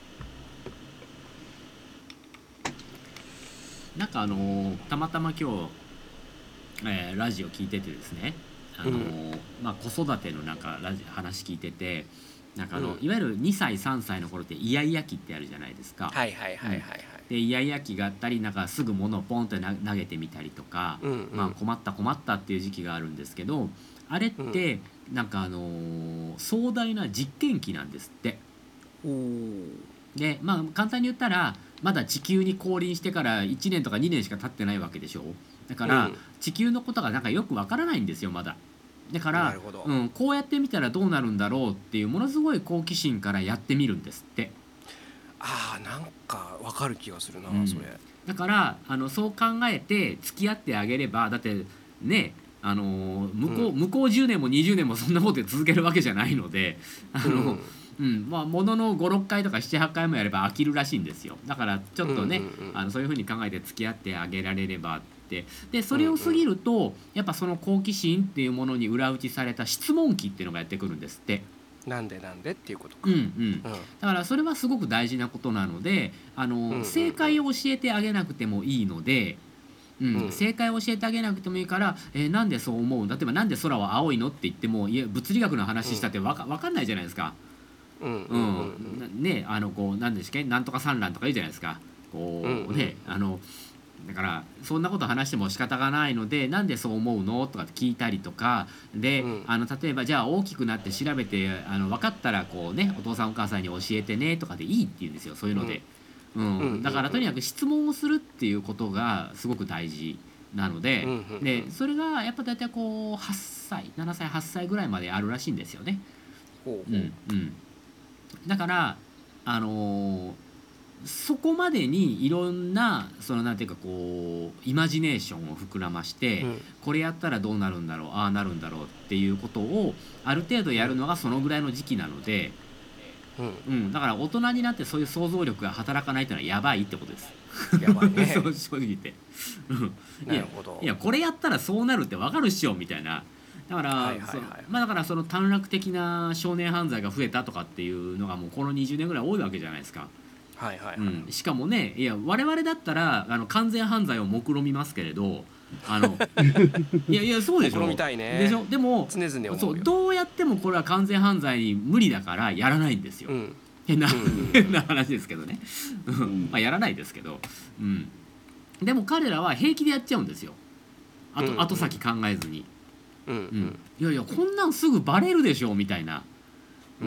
なんかあのー、たまたま今日、えー、ラジオ聞いててですね、あのーうんまあ、子育てのなんかラジ話聞いてて、なんかあの、うん、いわゆるにさいさんさいの頃ってイヤイヤ期ってあるじゃないですか。 はいはいはいはい、はい、 でイヤイヤ期があったり、なんかすぐ物をポンと投げてみたりとか、うんうんまあ、困った困ったっていう時期があるんですけど、あれってなんかあのー、壮大な実験期なんですって。でまあ簡単に言ったらまだ地球に降臨してからいちねんとかにねんしか経ってないわけでしょ。だから、うん、地球のことがなんかよくわからないんですよまだ。だから、うん、こうやってみたらどうなるんだろうっていうものすごい好奇心からやってみるんですって。 あーなんかわかる気がするな、うん、それ。 だからあのそう考えて付き合ってあげれば、だってねあの向こう、うん、向こうじゅうねんもにじゅうねんもそんなことで続けるわけじゃないので、あの、うんうんまあ、もののごろっかいとかななはちかいもやれば飽きるらしいんですよ。だからちょっとね、うんうんうん、あのそういうふうに考えて付き合ってあげられればって。でそれを過ぎると、うんうん、やっぱその好奇心っていうものに裏打ちされた質問期っていうのがやってくるんですって。 なんでなんでっていうことか、 うんうんうん、だからそれはすごく大事なことなので、あの、うんうんうん、正解を教えてあげなくてもいいので、うんうん、正解を教えてあげなくてもいいから、えー、なんでそう思う、例えばなんで空は青いのって言っても、いや物理学の話したってわか、うん、分かんないじゃないですか。うんうんうん、ねあのこう何ですかなんとか産卵とか言うじゃないですか。こう、うんうん、ねあのだからそんなこと話しても仕方がないので、なんでそう思うのとかって聞いたりとかで、うん、あの例えばじゃあ大きくなって調べてあの分かったらこうねお父さんお母さんに教えてねとかでいいって言うんですよ、そういうので、うんうん、だからとにかく質問をするっていうことがすごく大事なので、でそれがやっぱ大体こうはっさいななさいはっさいぐらいまであるらしいんですよね。ほうほう、うんうん、だからあのーそこまでにいろんなそのなんていうかこうイマジネーションを膨らまして、うん、これやったらどうなるんだろうああなるんだろうっていうことをある程度やるのがそのぐらいの時期なので、うんうん、だから大人になってそういう想像力が働かないというのはやばいってことです。 やばいねそう正直言ってなるほど。 いや、いやこれやったらそうなるって分かるっしょみたいな。だから、はいはいはい、まあだからその短絡的な少年犯罪が増えたとかっていうのがもうこのにじゅうねんぐらい多いわけじゃないですか。はいはいはいうん、しかもね、いや我々だったらあの完全犯罪を目論みますけれど、あのいやいやそうでしょ、 目論みたいね。 でしょ。でも常々思うよ。 そうどうやってもこれは完全犯罪に無理だからやらないんですよ、うん、変な、うん、変な話ですけどね、うん、まあやらないですけど、うん、でも彼らは平気でやっちゃうんですよ、あと、うん、後先考えずに、うんうん、いやいやこんなんすぐバレるでしょみたいな。うん、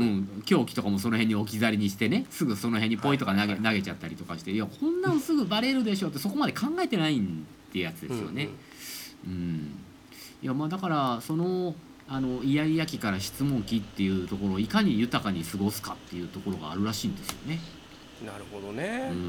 凶器とかもその辺に置き去りにしてね、すぐその辺にポイとか投げ、投げちゃったりとかして、いやこんなんすぐバレるでしょってそこまで考えてないってやつですよね。うん、うん、いやまあだからそのあのイヤイヤ期から質問期っていうところをいかに豊かに過ごすかっていうところがあるらしいんですよね。 なるほどね。 うん、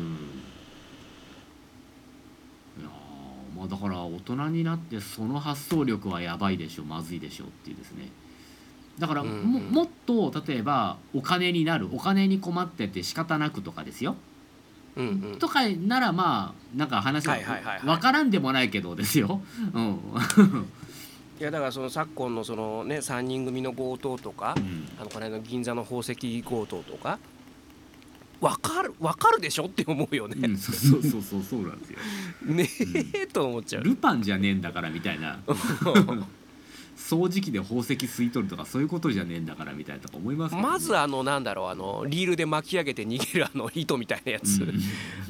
いやまあだから大人になってその発想力はやばいでしょ、まずいでしょっていうですね。だから も,、うんうん、もっと例えばお金になる、お金に困ってて仕方なくとかですよ、うんうん、とかならまあなんか話が分からんでもないけどですよ、うん、 いやだからその昨今のそのねさんにん組の強盗とか、うん、あのこの間の銀座の宝石強盗とか分かる分かるでしょって思うよね、 うん、そうそうそうそうなんですよねえ、うん、と思っちゃう。 ルパンじゃねえんだからみたいな掃除機で宝石吸い取るとかそういうことじゃねえんだからみたいなとか思いますけどね。 まずあのなんだろう、あのリールで巻き上げて逃げるあの糸みたいなやつ、うん、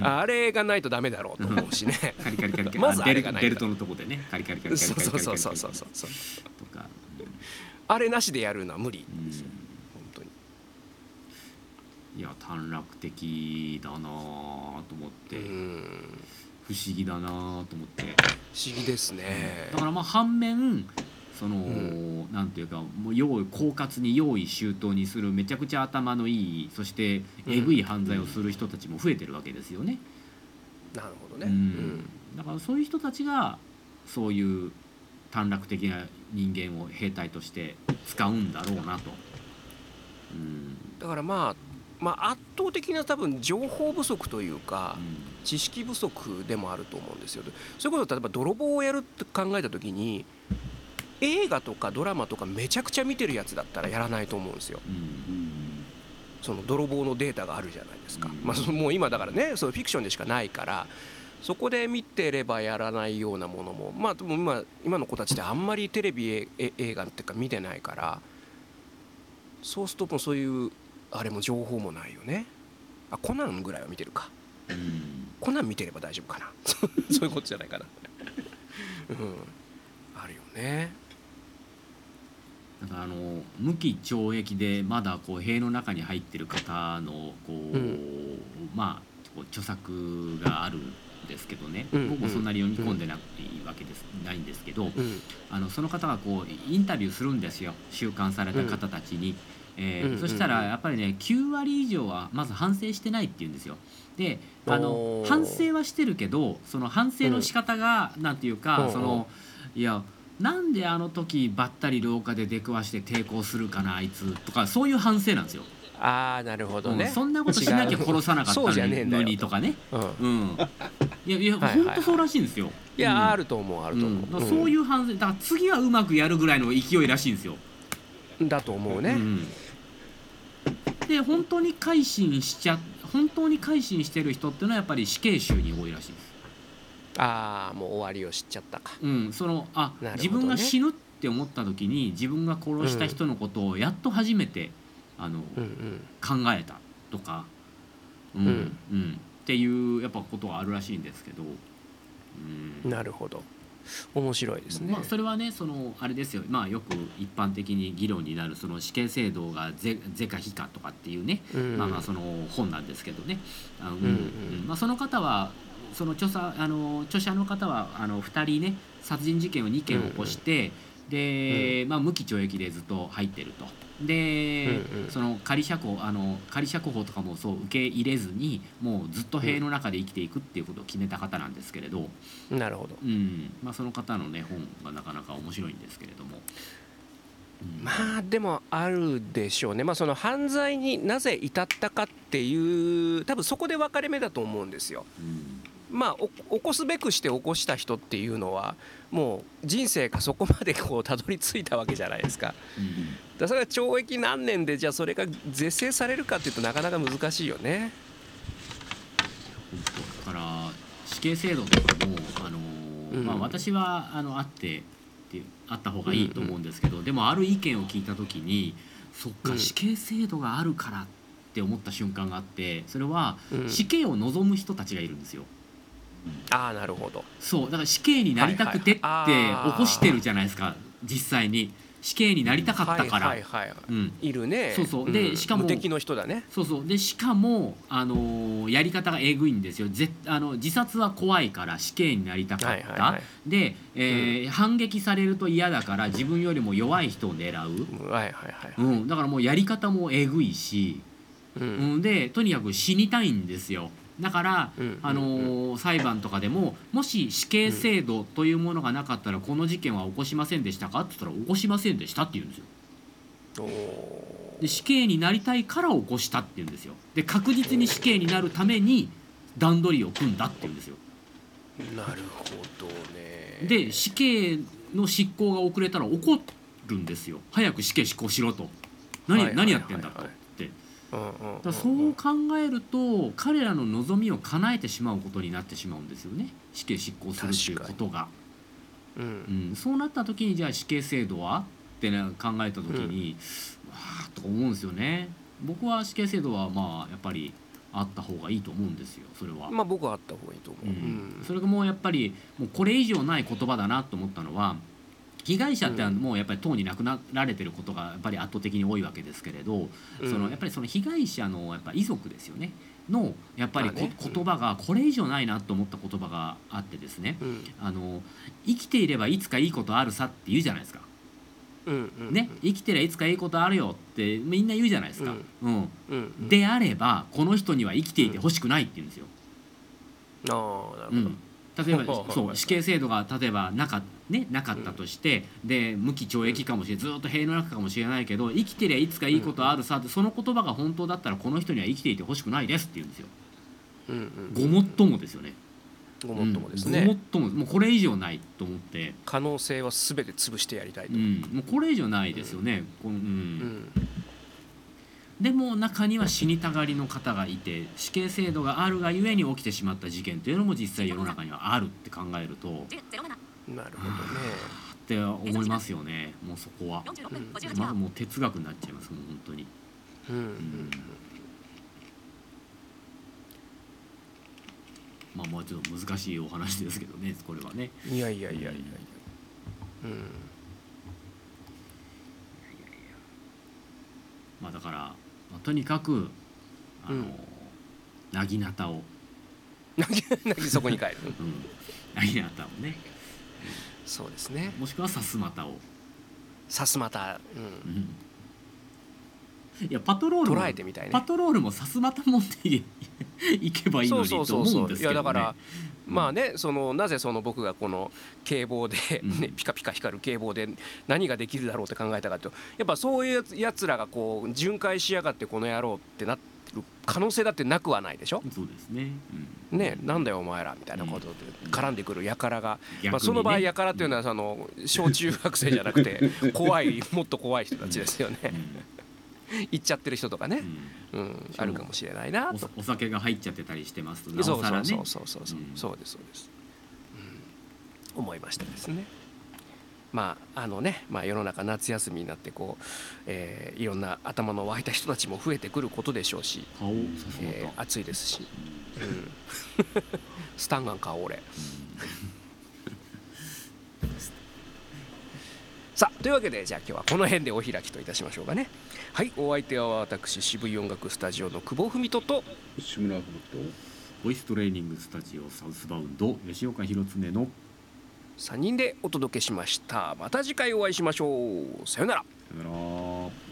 あれがないとダメだろうと思うしねカリカリカリカリまずあれがないとベルトのとこでねカリカリカリカリカリカリカリそうそうそうそうそうとか、うん、 あれなしでやるのは無理ですよ、 うん、本当に。いや短絡的だなと思って、うん、不思議だなと思って不思議ですね。 だからまあ反面その、うん、なんていうかもう用意狡猾に用意周到にするめちゃくちゃ頭のいい、そしてえぐい犯罪をする人たちも増えてるわけですよね、 うん、なるほどね、 うん、だからそういう人たちがそういう短絡的な人間を兵隊として使うんだろうなと、 うん、だからまあまあ、圧倒的な多分情報不足というか、うん、知識不足でもあると思うんですよ。そういうこと例えば泥棒をやるって考えた時に映画とかドラマとかめちゃくちゃ見てるやつだったらやらないと思うんですよ、うん、その泥棒のデータがあるじゃないですか、うんまあ、もう今だからねそうフィクションでしかないからそこで見てればやらないようなものもまあでも 今, 今の子たちってあんまりテレビ映画っていうか見てないからそうするともうそういうあれも情報もないよね。あコナンぐらいは見てるか、うん、コナン見てれば大丈夫かなそういうことじゃないかな、うん、あるよね。 だからあの無期懲役でまだこう塀の中に入ってる方のこう、うん、まあこう著作があるんですけどね、うん、僕もそんなに読み込んでなくていいわけです、うん、ないんですけど、うん、あのその方がこうインタビューするんですよ、収監された方たちに、うんえー、そしたらやっぱりねきゅうわり以上はまず反省してないっていうんですよ。であの反省はしてるけどその反省の仕方がなんていうか、そのいやなんであの時ばったり廊下で出くわして抵抗するかなあいつとかそういう反省なんですよ。 ああなるほどね、 うん、そんなことしなきゃ殺さなかったのにとかね、うんうん、いやいや、はいはいはい、本当そうらしいんですよ。 いや、うん、あると思うあると思う、 うん、そういう反省だから次はうまくやるぐらいの勢いらしいんですよ。 だと思うね、うんで本当に改心しちゃ本当に改心してる人っていうのはやっぱり死刑囚に多いらしいです。 ああもう終わりを知っちゃったか、 うん、そのあ、ね、自分が死ぬって思った時に自分が殺した人のことをやっと初めて、うん、あの、うんうん、考えたとか、うんうんうん、っていうやっぱことがあるらしいんですけど、 うん、なるほど面白いですね。 まあ、それはねそのあれですよ、まあ、よく一般的に議論になるその死刑制度が是か非かとかっていうね、うん、まあまあその本なんですけどね、あの、うんうんまあ、その方はその著者あの著者の方はあのふたりね殺人事件をにけん起こして、うんうん、で、まあ、無期懲役でずっと入ってると。で、うんうん、その仮釈放あの仮釈放とかもそう受け入れずにもうずっと塀の中で生きていくっていうことを決めた方なんですけれど、 うん、なるほど、 うんまあ、その方のね本がなかなか面白いんですけれども、 うん、まあでもあるでしょうね、まあ、その犯罪になぜ至ったかっていう多分そこで分かれ目だと思うんですよ、うんまあ、起こすべくして起こした人っていうのはもう人生がそこまでこうたどり着いたわけじゃないですか、うん、だそれが懲役何年でじゃあそれが是正されるかっていうとなかなか難しいよね。 だから死刑制度とかも、あのーうんまあ、私はあのあってってあった方がいいと思うんですけど、うんうん、でもある意見を聞いた時にそっか死刑制度があるからって思った瞬間があって、それは死刑を望む人たちがいるんですよ。 ああなるほど。 そうだから死刑になりたくてって起こしてるじゃないですか、はいはい、実際に死刑になりたかったから、 はいはいはい、 うん、 いるね。 そうそうで、 ん、 しかも無敵の人だね。 そうそうでしかも、あのーやり方がえぐいんですよ。ぜあの自殺は怖いから死刑になりたかった、 はいはいはい、 で、えーうん、反撃されると嫌だから自分よりも弱い人を狙う、 はいはいはい、 うん、だからもうやり方もえぐいし、 うんうん、でとにかく死にたいんですよ。だから、 うんあのー裁判とかでももし死刑制度というものがなかったらこの事件は起こしませんでしたかって言ったら起こしませんでしたって言うんですよ。 おで死刑になりたいから起こしたって言うんですよ。で確実に死刑になるために段取りを組んだって言うんですよ。 なるほどね。 で死刑の執行が遅れたら怒るんですよ。早く死刑執行しろと。何、 はいはいはいはい、 何やってんだとって。 うんうんうんうん、 だからそう考えると彼らの望みを叶えてしまうことになってしまうんですよね。死刑執行するっていうことが、 うんうん、そうなった時にじゃあ死刑制度はって、ね、考えた時に、うん、わーと思うんですよね。僕は死刑制度はまあやっぱりあった方がいいと思うんですよ。それはまあ僕はあった方がいいと思う、 うんうん、 それがもうやっぱりもうこれ以上ない言葉だなと思ったのは、被害者ってもうやっぱりとうに亡くなられてることがやっぱり圧倒的に多いわけですけれど、 うん、 そのやっぱりその被害者のやっぱ遺族ですよねのやっぱりこ、 ね、 言葉がこれ以上ないなと思った言葉があってですね、 うん、 あの生きていればいつかいいことあるさって言うじゃないですか、 うんうんうん、 ね、生きてりゃいつかいいことあるよってみんな言うじゃないですか、うんうんうん、 であればこの人には生きていてほしくないって言うんですよ。 ああなるほど、 うん例えばそう死刑制度が例えばなか、ね、なかったとして、うん、で無期懲役かもしれないずっと塀の中かもしれないけど生きてりゃいつかいいことあるさって、その言葉が本当だったらこの人には生きていてほしくないですって言うんですよ。 うんうん、 ごもっともですよね。 ごもっともですね、 うん、ごもっとももうこれ以上ないと思って可能性は全て潰してやりたいと、 うん、もうこれ以上ないですよね、うんうんうんでも中には死にたがりの方がいて死刑制度があるがゆえに起きてしまった事件というのも実際世の中にはあるって考えるとなるほどねって思いますよね。もうそこは、うん、まあもう哲学になっちゃいますもう本当に、 うんうん、 まあまあちょっと難しいお話ですけどねこれはね。 いやいやいやいやいや、うん、 まあだから、まあ、とにかくあの、うん、なぎなたをなぎそこに帰る、 うん、なぎなたをね、 そうですね、 もしくはさすまたをさすまた、うん、 うん、いやパトロールも捉えてみたいね、パトロールもさすまた持っていけばいいのにと思うんですけどね。 いやだから、うん、まあねそのなぜその僕がこの警棒で、ね、うん、ピカピカ光る警棒で何ができるだろうって考えたかと、やっぱそういうやつらがこう巡回しやがってこの野郎ってなってる可能性だってなくはないでしょ。 そうですね、 うん、ね、なんだよお前らみたいなことで絡んでくる輩が、 ね、 まあ、その場合輩っていうのはその小中学生じゃなくて怖いもっと怖い人たちですよね、うんうん行っちゃってる人とかね、うんうん、あるかもしれないなと。 お, お酒が入っちゃってたりしてますとなおさらね。 そうそうそうそうそう、うん、そうですそうです、うん、思いましたですね。まああのね、まあ、世の中夏休みになってこう、えー、いろんな頭の湧いた人たちも増えてくることでしょうし、 顔えー、暑いですし、うん、スタンガン買おう俺、うんさあというわけでじゃあ今日はこの辺でお開きといたしましょうかね。はい、お相手は私渋い音楽スタジオの久保文人と志村文人、 ボイストレーニングスタジオサウスバウンド吉岡弘恒のさんにんでお届けしました。また次回お会いしましょう。さよなら。 さよなら。